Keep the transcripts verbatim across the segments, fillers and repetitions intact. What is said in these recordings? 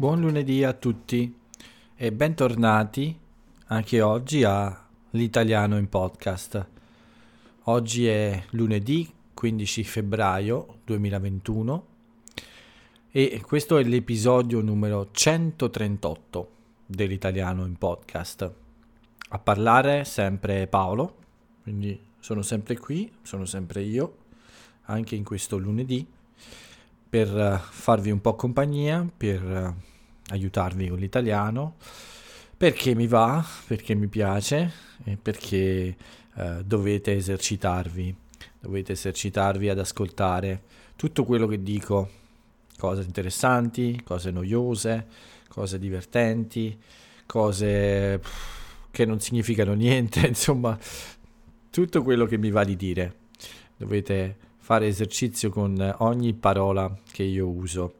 Buon lunedì a tutti e bentornati anche oggi a L'Italiano in Podcast. Oggi è lunedì quindici febbraio duemilaventuno e questo è l'episodio numero centotrentotto dell'Italiano in Podcast. A parlare sempre Paolo, quindi sono sempre qui, sono sempre io, anche in questo lunedì, per farvi un po' compagnia, per aiutarvi con l'italiano, perché mi va, perché mi piace e perché eh, dovete esercitarvi, dovete esercitarvi ad ascoltare tutto quello che dico, cose interessanti, cose noiose, cose divertenti, cose che non significano niente, insomma, tutto quello che mi va di dire. Dovete fare esercizio con ogni parola che io uso.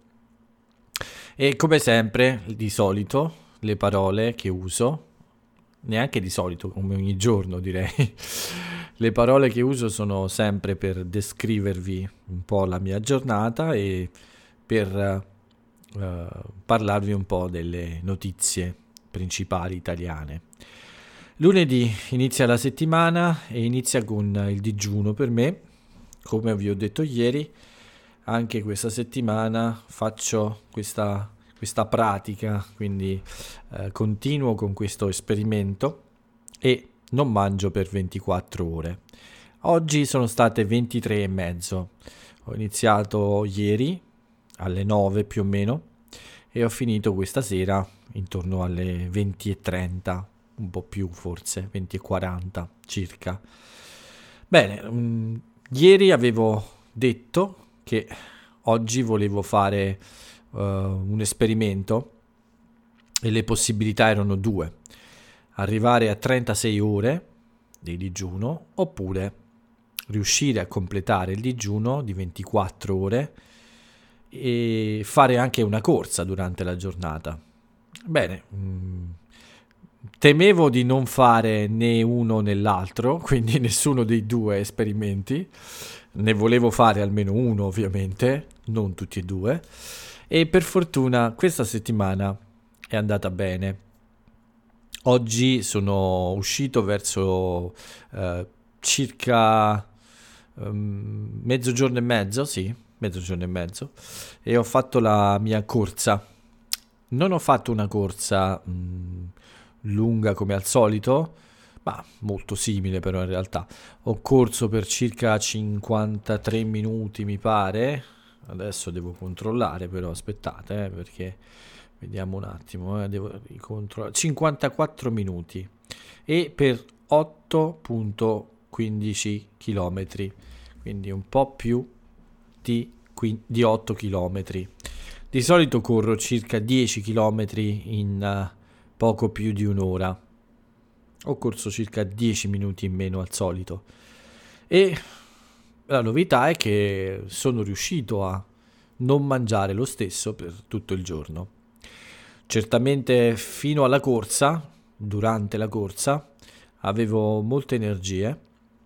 E come sempre, di solito, le parole che uso, neanche di solito, come ogni giorno direi, le parole che uso sono sempre per descrivervi un po' la mia giornata e per uh, parlarvi un po' delle notizie principali italiane. Lunedì inizia la settimana e inizia con il digiuno per me. Come vi ho detto ieri, anche questa settimana faccio questa, questa pratica, quindi eh, continuo con questo esperimento e non mangio per ventiquattro ore. Oggi sono state ventitré e mezzo. Ho iniziato ieri alle nove più o meno e ho finito questa sera intorno alle venti e trenta, un po' più forse, venti e quaranta circa. Bene, mh, ieri avevo detto che oggi volevo fare uh, un esperimento e le possibilità erano due: arrivare a trentasei ore di digiuno oppure riuscire a completare il digiuno di ventiquattro ore e fare anche una corsa durante la giornata. Bene, mh, temevo di non fare né uno né l'altro, quindi nessuno dei due esperimenti. Ne volevo fare almeno uno, ovviamente, non tutti e due. E per fortuna questa settimana è andata bene. Oggi sono uscito verso eh, circa um, mezzogiorno e mezzo, sì, mezzogiorno e mezzo, e ho fatto la mia corsa. Non ho fatto una corsa mh, lunga come al solito, ma molto simile però in realtà. Ho corso per circa cinquantatré minuti mi pare, adesso devo controllare però, aspettate eh, perché vediamo un attimo, eh, devo controllare. cinquantaquattro minuti e per otto virgola quindici chilometri, quindi un po' più di, di otto chilometri. Di solito corro circa dieci chilometri in uh, poco più di un'ora. Ho corso circa dieci minuti in meno al solito e la novità è che sono riuscito a non mangiare lo stesso per tutto il giorno. Certamente fino alla corsa, durante la corsa, avevo molte energie.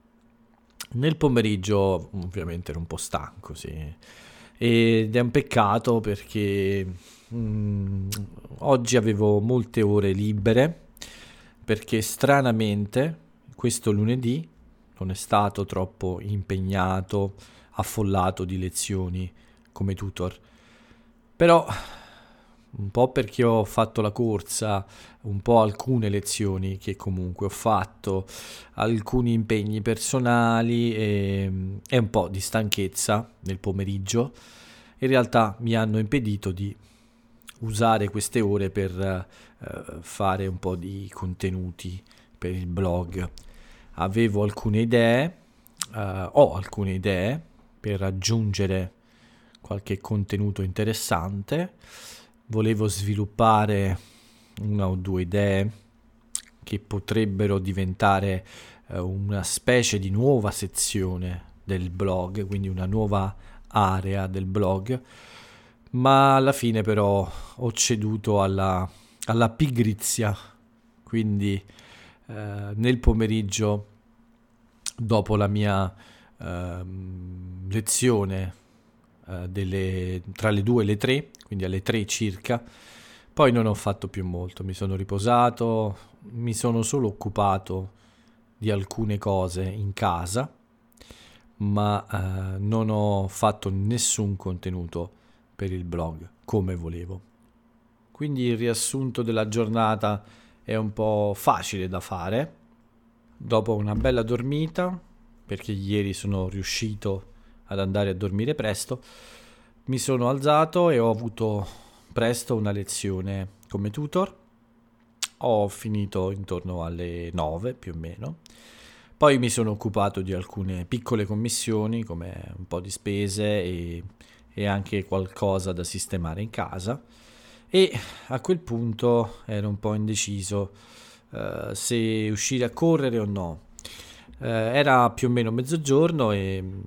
Nel pomeriggio ovviamente ero un po' stanco, sì. Ed è un peccato perché mh, oggi avevo molte ore libere, perché stranamente questo lunedì non è stato troppo impegnato, affollato di lezioni come tutor. Però un po' perché ho fatto la corsa, un po' alcune lezioni che comunque ho fatto, alcuni impegni personali e, e un po' di stanchezza nel pomeriggio, in realtà mi hanno impedito di usare queste ore per eh, fare un po' di contenuti per il blog. Avevo alcune idee, eh, ho alcune idee per aggiungere qualche contenuto interessante. Volevo sviluppare una o due idee che potrebbero diventare eh, una specie di nuova sezione del blog, quindi una nuova area del blog, ma alla fine però ho ceduto alla, alla pigrizia, quindi eh, nel pomeriggio, dopo la mia eh, lezione eh, delle, tra le due e le tre, quindi alle tre circa, Poi non ho fatto più molto, mi sono riposato, mi sono solo occupato di alcune cose in casa, ma eh, non ho fatto nessun contenuto per il blog come volevo. Quindi il riassunto della giornata è un po' facile da fare. Dopo una bella dormita, perché ieri sono riuscito ad andare a dormire presto, mi sono alzato e ho avuto presto una lezione come tutor. Ho finito intorno alle nove più o meno. Poi mi sono occupato di alcune piccole commissioni, come un po' di spese e, e anche qualcosa da sistemare in casa. E a quel punto ero un po' indeciso eh, se uscire a correre o no. Eh, era più o meno mezzogiorno e mm,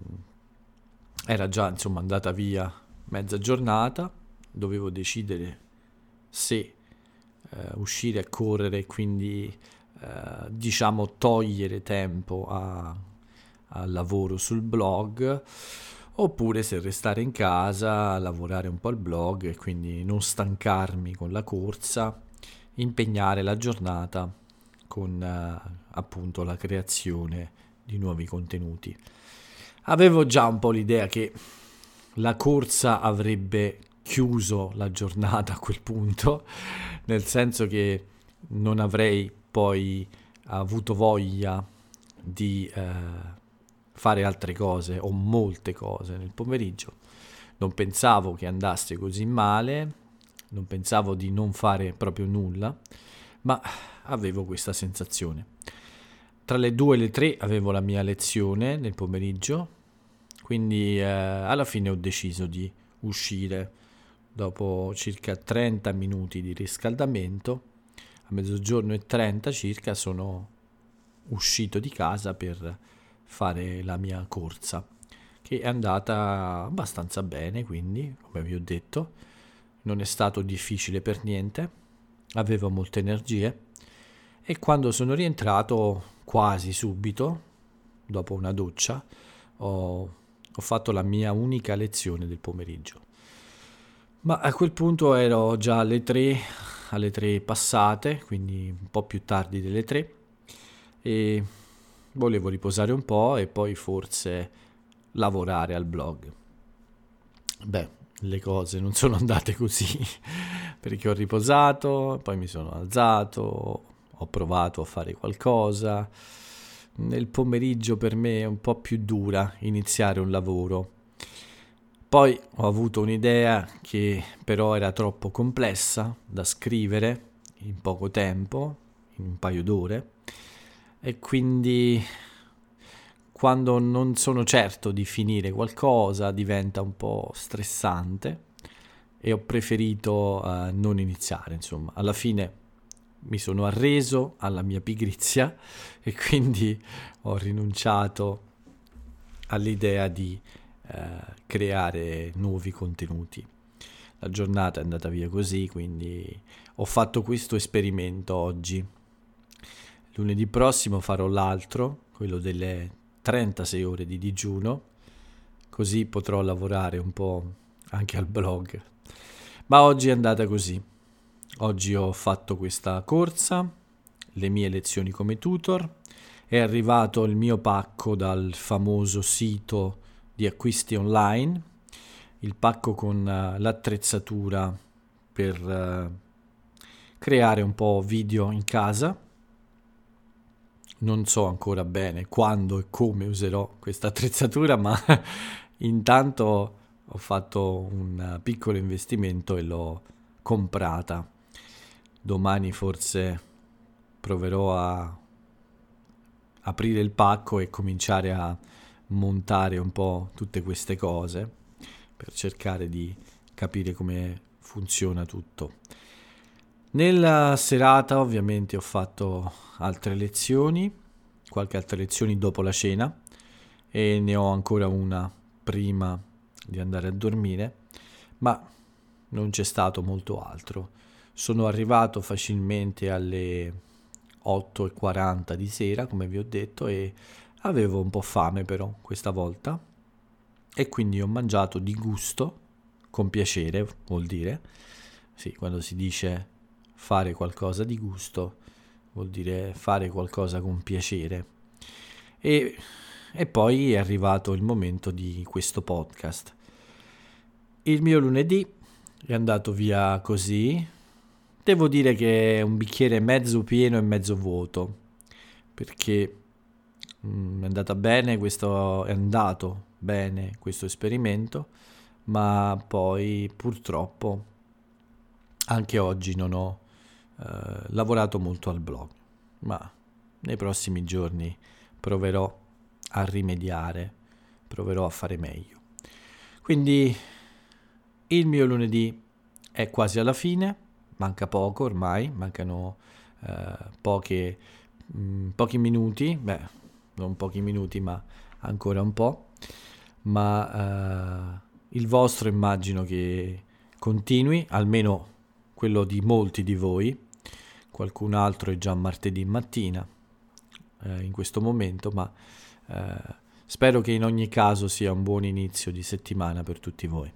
era già insomma andata via mezza giornata. Dovevo decidere se eh, uscire a correre e quindi eh, diciamo togliere tempo a- al lavoro sul blog, oppure se restare in casa, lavorare un po' al blog e quindi non stancarmi con la corsa, impegnare la giornata con eh, appunto la creazione di nuovi contenuti. Avevo già un po' l'idea che la corsa avrebbe chiuso la giornata a quel punto, nel senso che non avrei poi avuto voglia di eh, fare altre cose o molte cose nel pomeriggio. Non pensavo che andasse così male, non pensavo di non fare proprio nulla, ma avevo questa sensazione. Tra le due e le tre avevo la mia lezione nel pomeriggio, quindi eh, alla fine ho deciso di uscire dopo circa trenta minuti di riscaldamento. A mezzogiorno e trenta circa sono uscito di casa per fare la mia corsa, che è andata abbastanza bene, quindi come vi ho detto non è stato difficile per niente, avevo molte energie e quando sono rientrato quasi subito, dopo una doccia, ho, ho fatto la mia unica lezione del pomeriggio. Ma a quel punto ero già alle tre, alle tre passate, quindi un po' più tardi delle tre, e volevo riposare un po' e poi forse lavorare al blog. Beh, le cose non sono andate così, perché ho riposato, poi mi sono alzato, ho provato a fare qualcosa. Nel pomeriggio per me è un po' più dura iniziare un lavoro. Poi ho avuto un'idea che però era troppo complessa da scrivere in poco tempo, in un paio d'ore, e quindi quando non sono certo di finire qualcosa diventa un po' stressante e ho preferito uh, non iniziare, insomma. Alla fine mi sono arreso alla mia pigrizia e quindi ho rinunciato all'idea di uh, creare nuovi contenuti. La giornata è andata via così, quindi ho fatto questo esperimento oggi. Lunedì prossimo farò l'altro, quello delle trentasei ore di digiuno, così potrò lavorare un po' anche al blog. Ma oggi è andata così. Oggi ho fatto questa corsa, le mie lezioni come tutor, è arrivato il mio pacco dal famoso sito di acquisti online, il pacco con uh, l'attrezzatura per uh, creare un po' video in casa. Non so ancora bene quando e come userò questa attrezzatura, ma intanto ho fatto un piccolo investimento e l'ho comprata. Domani forse proverò a aprire il pacco e cominciare a montare un po' tutte queste cose per cercare di capire come funziona tutto. Nella serata ovviamente ho fatto altre lezioni, qualche altra lezione dopo la cena e ne ho ancora una prima di andare a dormire, ma non c'è stato molto altro. Sono arrivato facilmente alle otto e quaranta di sera, come vi ho detto, e avevo un po' fame però questa volta e quindi ho mangiato di gusto, con piacere vuol dire, sì, quando si dice fare qualcosa di gusto, vuol dire fare qualcosa con piacere. E, e poi è arrivato il momento di questo podcast. Il mio lunedì è andato via così. Devo dire che è un bicchiere mezzo pieno e mezzo vuoto, perché mm, è andata bene questo, è andato bene questo esperimento, ma poi purtroppo anche oggi non ho eh, lavorato molto al blog, ma nei prossimi giorni proverò a rimediare, proverò a fare meglio. Quindi il mio lunedì è quasi alla fine, manca poco ormai, mancano eh, poche, mh, pochi minuti, beh, non pochi minuti, ma ancora un po', ma eh, il vostro immagino che continui, almeno quello di molti di voi. Qualcun altro è già martedì mattina eh, in questo momento, ma eh, spero che in ogni caso sia un buon inizio di settimana per tutti voi.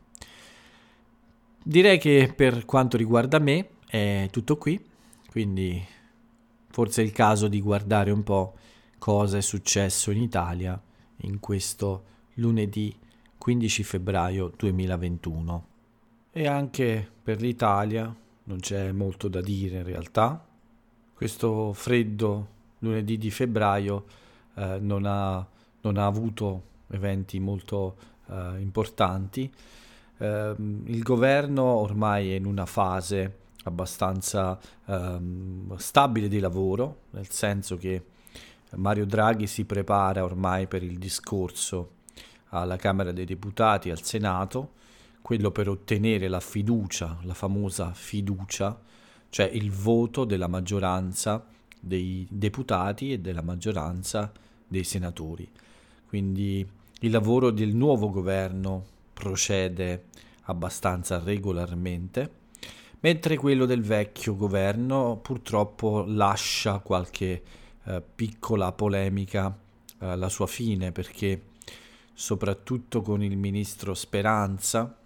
Direi che per quanto riguarda me è tutto qui, quindi forse è il caso di guardare un po' cosa è successo in Italia in questo lunedì quindici febbraio duemilaventuno. E anche per l'Italia non c'è molto da dire in realtà. Questo freddo lunedì di febbraio eh, non ha, non ha avuto eventi molto eh, importanti. Eh, il governo ormai è in una fase abbastanza ehm, stabile di lavoro, nel senso che Mario Draghi si prepara ormai per il discorso alla Camera dei Deputati, al Senato, quello per ottenere la fiducia, la famosa fiducia, cioè il voto della maggioranza dei deputati e della maggioranza dei senatori. Quindi il lavoro del nuovo governo procede abbastanza regolarmente, mentre quello del vecchio governo purtroppo lascia qualche eh, piccola polemica eh, alla sua fine, perché soprattutto con il ministro Speranza,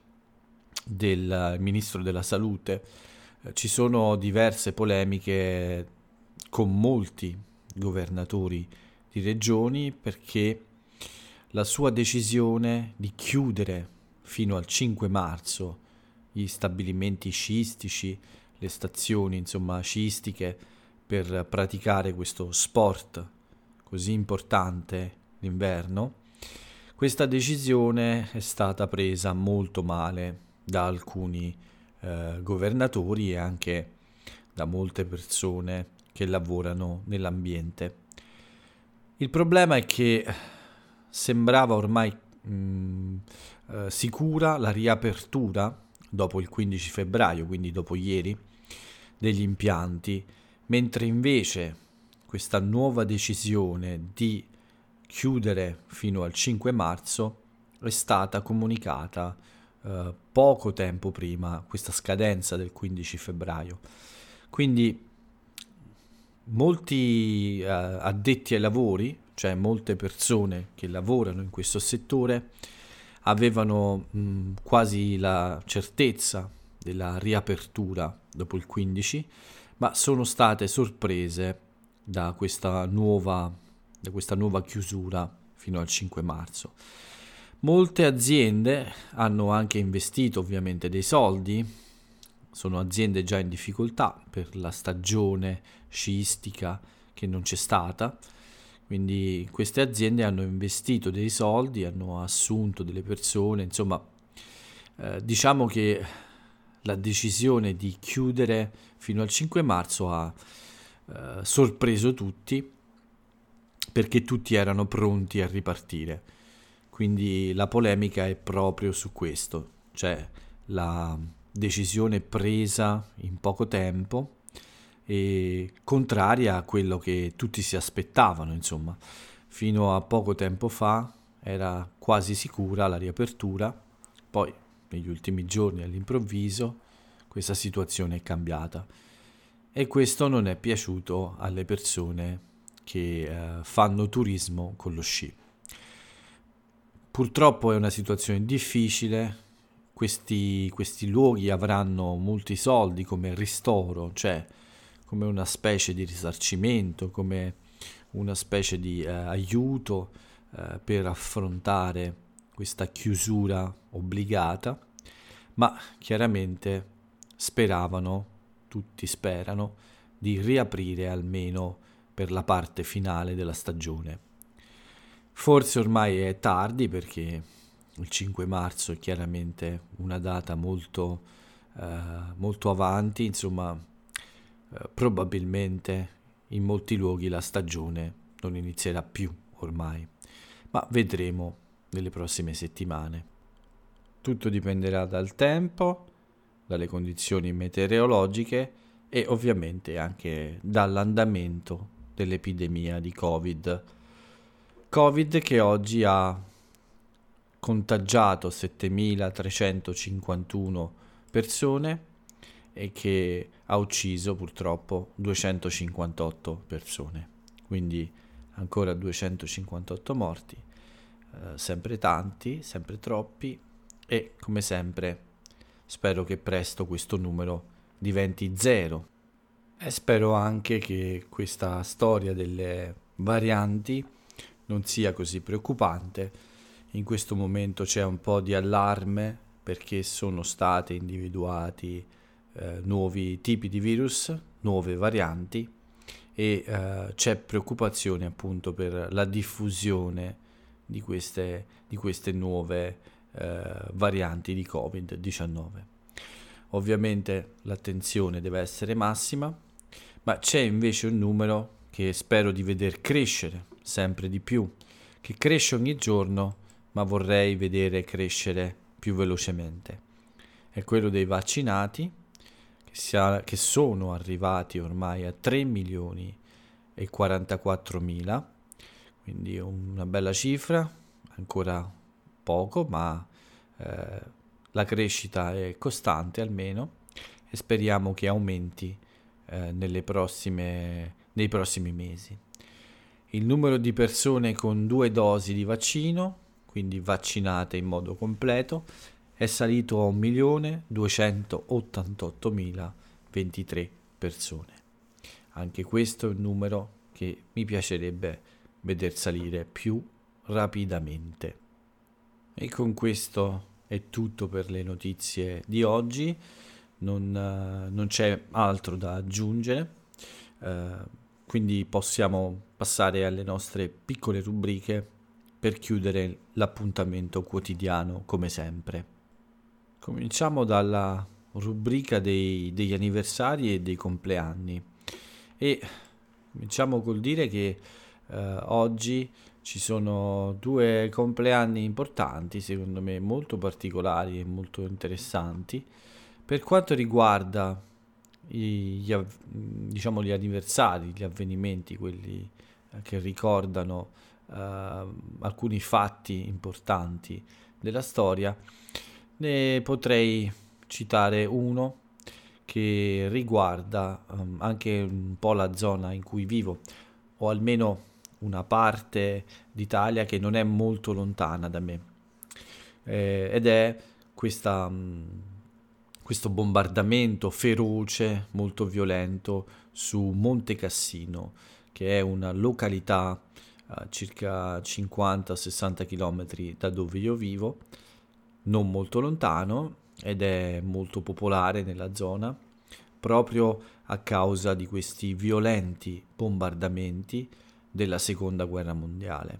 del ministro della salute, eh, ci sono diverse polemiche con molti governatori di regioni, perché la sua decisione di chiudere fino al cinque marzo gli stabilimenti sciistici, le stazioni insomma sciistiche, per praticare questo sport così importante d'inverno, questa decisione è stata presa molto male da alcuni eh, governatori e anche da molte persone che lavorano nell'ambiente. Il problema è che sembrava ormai mh, eh, sicura la riapertura dopo il quindici febbraio, quindi dopo ieri, degli impianti, mentre invece questa nuova decisione di chiudere fino al cinque marzo è stata comunicata eh, poco tempo prima, questa scadenza del quindici febbraio. Quindi molti eh, addetti ai lavori, cioè molte persone che lavorano in questo settore, avevano mh, quasi la certezza della riapertura dopo il quindici, ma sono state sorprese da questa nuova, da questa nuova chiusura fino al cinque marzo. Molte aziende hanno anche investito ovviamente dei soldi, sono aziende già in difficoltà per la stagione sciistica che non c'è stata, quindi queste aziende hanno investito dei soldi, hanno assunto delle persone, insomma eh, diciamo che la decisione di chiudere fino al cinque marzo ha eh, sorpreso tutti, perché tutti erano pronti a ripartire. Quindi la polemica è proprio su questo, cioè la decisione presa in poco tempo e contraria a quello che tutti si aspettavano, insomma. Fino a poco tempo fa era quasi sicura la riapertura, poi negli ultimi giorni all'improvviso questa situazione è cambiata e questo non è piaciuto alle persone che eh, fanno turismo con lo sci. Purtroppo è una situazione difficile, questi, questi luoghi avranno molti soldi come ristoro, cioè come una specie di risarcimento, come una specie di eh, aiuto eh, per affrontare questa chiusura obbligata, ma chiaramente speravano, tutti sperano, di riaprire almeno per la parte finale della stagione. Forse ormai è tardi perché il cinque marzo è chiaramente una data molto, eh, molto avanti, insomma, eh, probabilmente in molti luoghi la stagione non inizierà più ormai, ma vedremo nelle prossime settimane. Tutto dipenderà dal tempo, dalle condizioni meteorologiche e ovviamente anche dall'andamento dell'epidemia di Covid. Covid che oggi ha contagiato settemilatrecentocinquantuno persone e che ha ucciso purtroppo duecentocinquantotto persone. Quindi ancora duecentocinquantotto morti, eh, sempre tanti, sempre troppi, e come sempre spero che presto questo numero diventi zero. E spero anche che questa storia delle varianti non sia così preoccupante. In questo momento c'è un po' di allarme perché sono state individuati eh, nuovi tipi di virus, nuove varianti, e eh, c'è preoccupazione appunto per la diffusione di queste, di queste nuove eh, varianti di covid diciannove. Ovviamente l'attenzione deve essere massima, ma c'è invece un numero che spero di veder crescere sempre di più, che cresce ogni giorno, ma vorrei vedere crescere più velocemente. È quello dei vaccinati, che, sia, che sono arrivati ormai a tre milioni e quarantaquattromila, quindi una bella cifra, ancora poco, ma eh, la crescita è costante almeno, e speriamo che aumenti eh, nelle prossime, nei prossimi mesi. Il numero di persone con due dosi di vaccino, quindi vaccinate in modo completo, è salito a un milione duecentottantottomilaventitré persone. Anche questo è un numero che mi piacerebbe veder salire più rapidamente. E con questo è tutto per le notizie di oggi, non, uh, non c'è altro da aggiungere, uh, quindi possiamo passare alle nostre piccole rubriche per chiudere l'appuntamento quotidiano come sempre. Cominciamo dalla rubrica dei, degli anniversari e dei compleanni e cominciamo col dire che uh, oggi ci sono due compleanni importanti, secondo me molto particolari e molto interessanti. Per quanto riguarda gli, diciamo, gli anniversari, gli avvenimenti, quelli che ricordano uh, alcuni fatti importanti della storia, ne potrei citare uno che riguarda um, anche un po' la zona in cui vivo, o almeno una parte d'Italia che non è molto lontana da me, eh, ed è questa, mh, questo bombardamento feroce, molto violento su Monte Cassino, che è una località a circa cinquanta sessanta chilometri da dove io vivo, non molto lontano, ed è molto popolare nella zona proprio a causa di questi violenti bombardamenti della seconda guerra mondiale.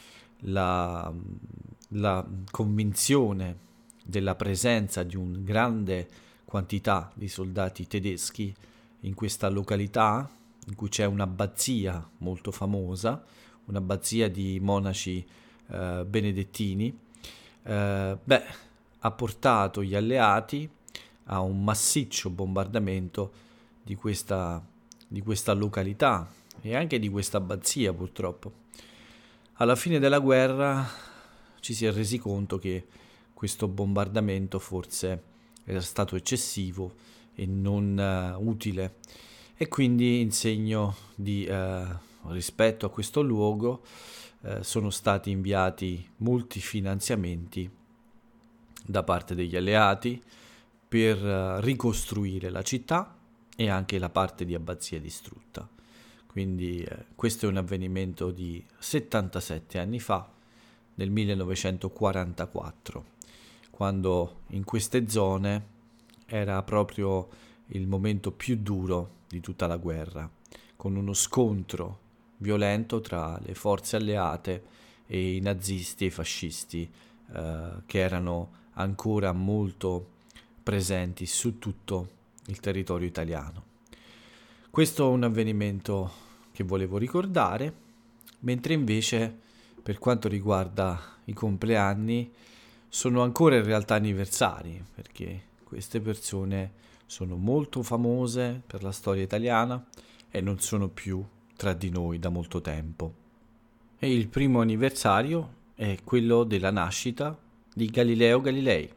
La, la convinzione della presenza di una grande quantità di soldati tedeschi in questa località, in cui c'è un'abbazia molto famosa, un'abbazia di monaci eh, benedettini, eh, beh, ha portato gli alleati a un massiccio bombardamento di questa, di questa località e anche di questa abbazia, purtroppo. Alla fine della guerra ci si è resi conto che questo bombardamento forse era stato eccessivo e non uh, utile, e quindi in segno di uh, rispetto a questo luogo uh, sono stati inviati molti finanziamenti da parte degli alleati per ricostruire la città e anche la parte di abbazia distrutta. Quindi eh, questo è un avvenimento di settantasette anni fa, nel millenovecentoquarantaquattro, quando in queste zone era proprio il momento più duro di tutta la guerra, con uno scontro violento tra le forze alleate e i nazisti e i fascisti eh, che erano ancora molto presenti su tutto il territorio italiano. Questo è un avvenimento che volevo ricordare, mentre invece per quanto riguarda i compleanni sono ancora in realtà anniversari, perché queste persone sono molto famose per la storia italiana e non sono più tra di noi da molto tempo. E il primo anniversario è quello della nascita di Galileo Galilei.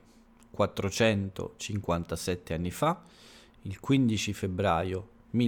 quattrocentocinquantasette anni fa, il quindici febbraio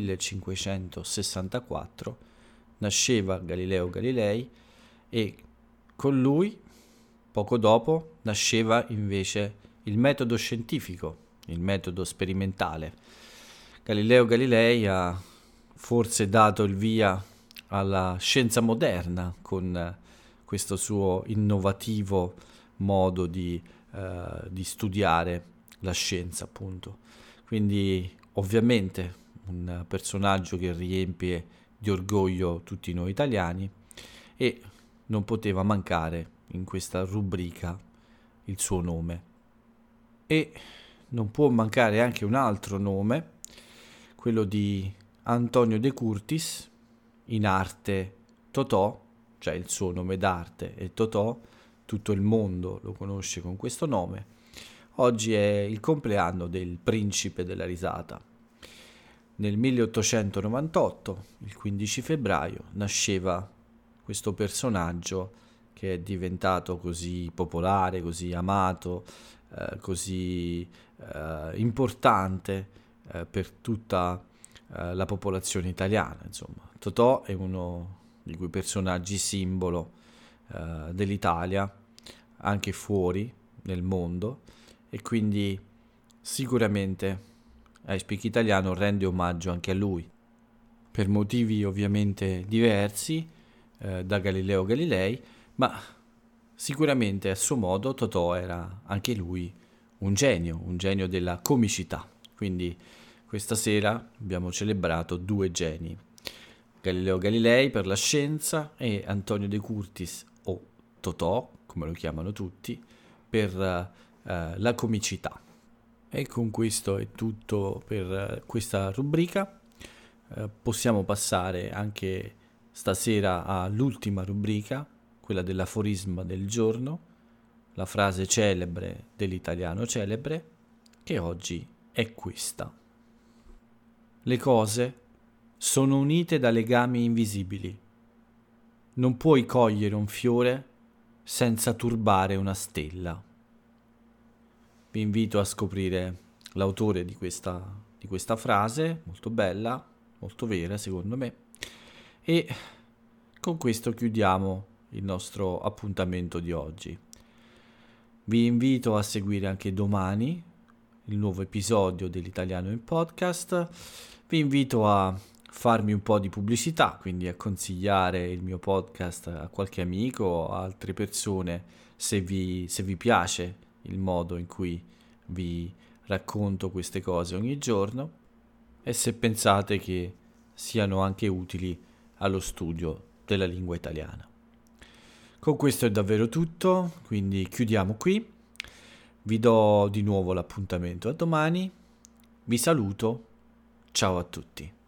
millecinquecentosessantaquattro, nasceva Galileo Galilei e con lui, poco dopo, nasceva invece il metodo scientifico, il metodo sperimentale. Galileo Galilei ha forse dato il via alla scienza moderna con questo suo innovativo modo di, uh, di studiare la scienza, appunto. Quindi ovviamente un personaggio che riempie di orgoglio tutti noi italiani e non poteva mancare in questa rubrica il suo nome. E non può mancare anche un altro nome, quello di Antonio De Curtis, in arte Totò, cioè il suo nome d'arte è Totò, tutto il mondo lo conosce con questo nome. Oggi è il compleanno del principe della risata. Nel milleottocentonovantotto, il quindici febbraio, nasceva questo personaggio che è diventato così popolare, così amato, eh, così eh, importante eh, per tutta eh, la popolazione italiana. Insomma, Totò è uno di quei personaggi simbolo eh, dell'Italia, anche fuori nel mondo, e quindi sicuramente iSpeak Italiano rende omaggio anche a lui, per motivi ovviamente diversi eh, da Galileo Galilei, ma sicuramente a suo modo Totò era anche lui un genio, un genio della comicità. Quindi questa sera abbiamo celebrato due geni, Galileo Galilei per la scienza e Antonio De Curtis, o Totò, come lo chiamano tutti, per uh, la comicità. E con questo è tutto per uh, questa rubrica. Uh, possiamo passare anche stasera all'ultima rubrica, quella dell'aforisma del giorno, la frase celebre dell'italiano celebre, che oggi è questa. Le cose sono unite da legami invisibili. Non puoi cogliere un fiore senza turbare una stella. Vi invito a scoprire l'autore di questa, di questa frase, molto bella, molto vera secondo me, e con questo chiudiamo il nostro appuntamento di oggi. Vi invito a seguire anche domani il nuovo episodio dell'Italiano in Podcast. Vi invito a farmi un po' di pubblicità, quindi a consigliare il mio podcast a qualche amico o a altre persone se vi, se vi piace il modo in cui vi racconto queste cose ogni giorno e se pensate che siano anche utili allo studio della lingua italiana. Con questo è davvero tutto, quindi chiudiamo qui. Vi do di nuovo l'appuntamento a domani. Vi saluto. Ciao a tutti.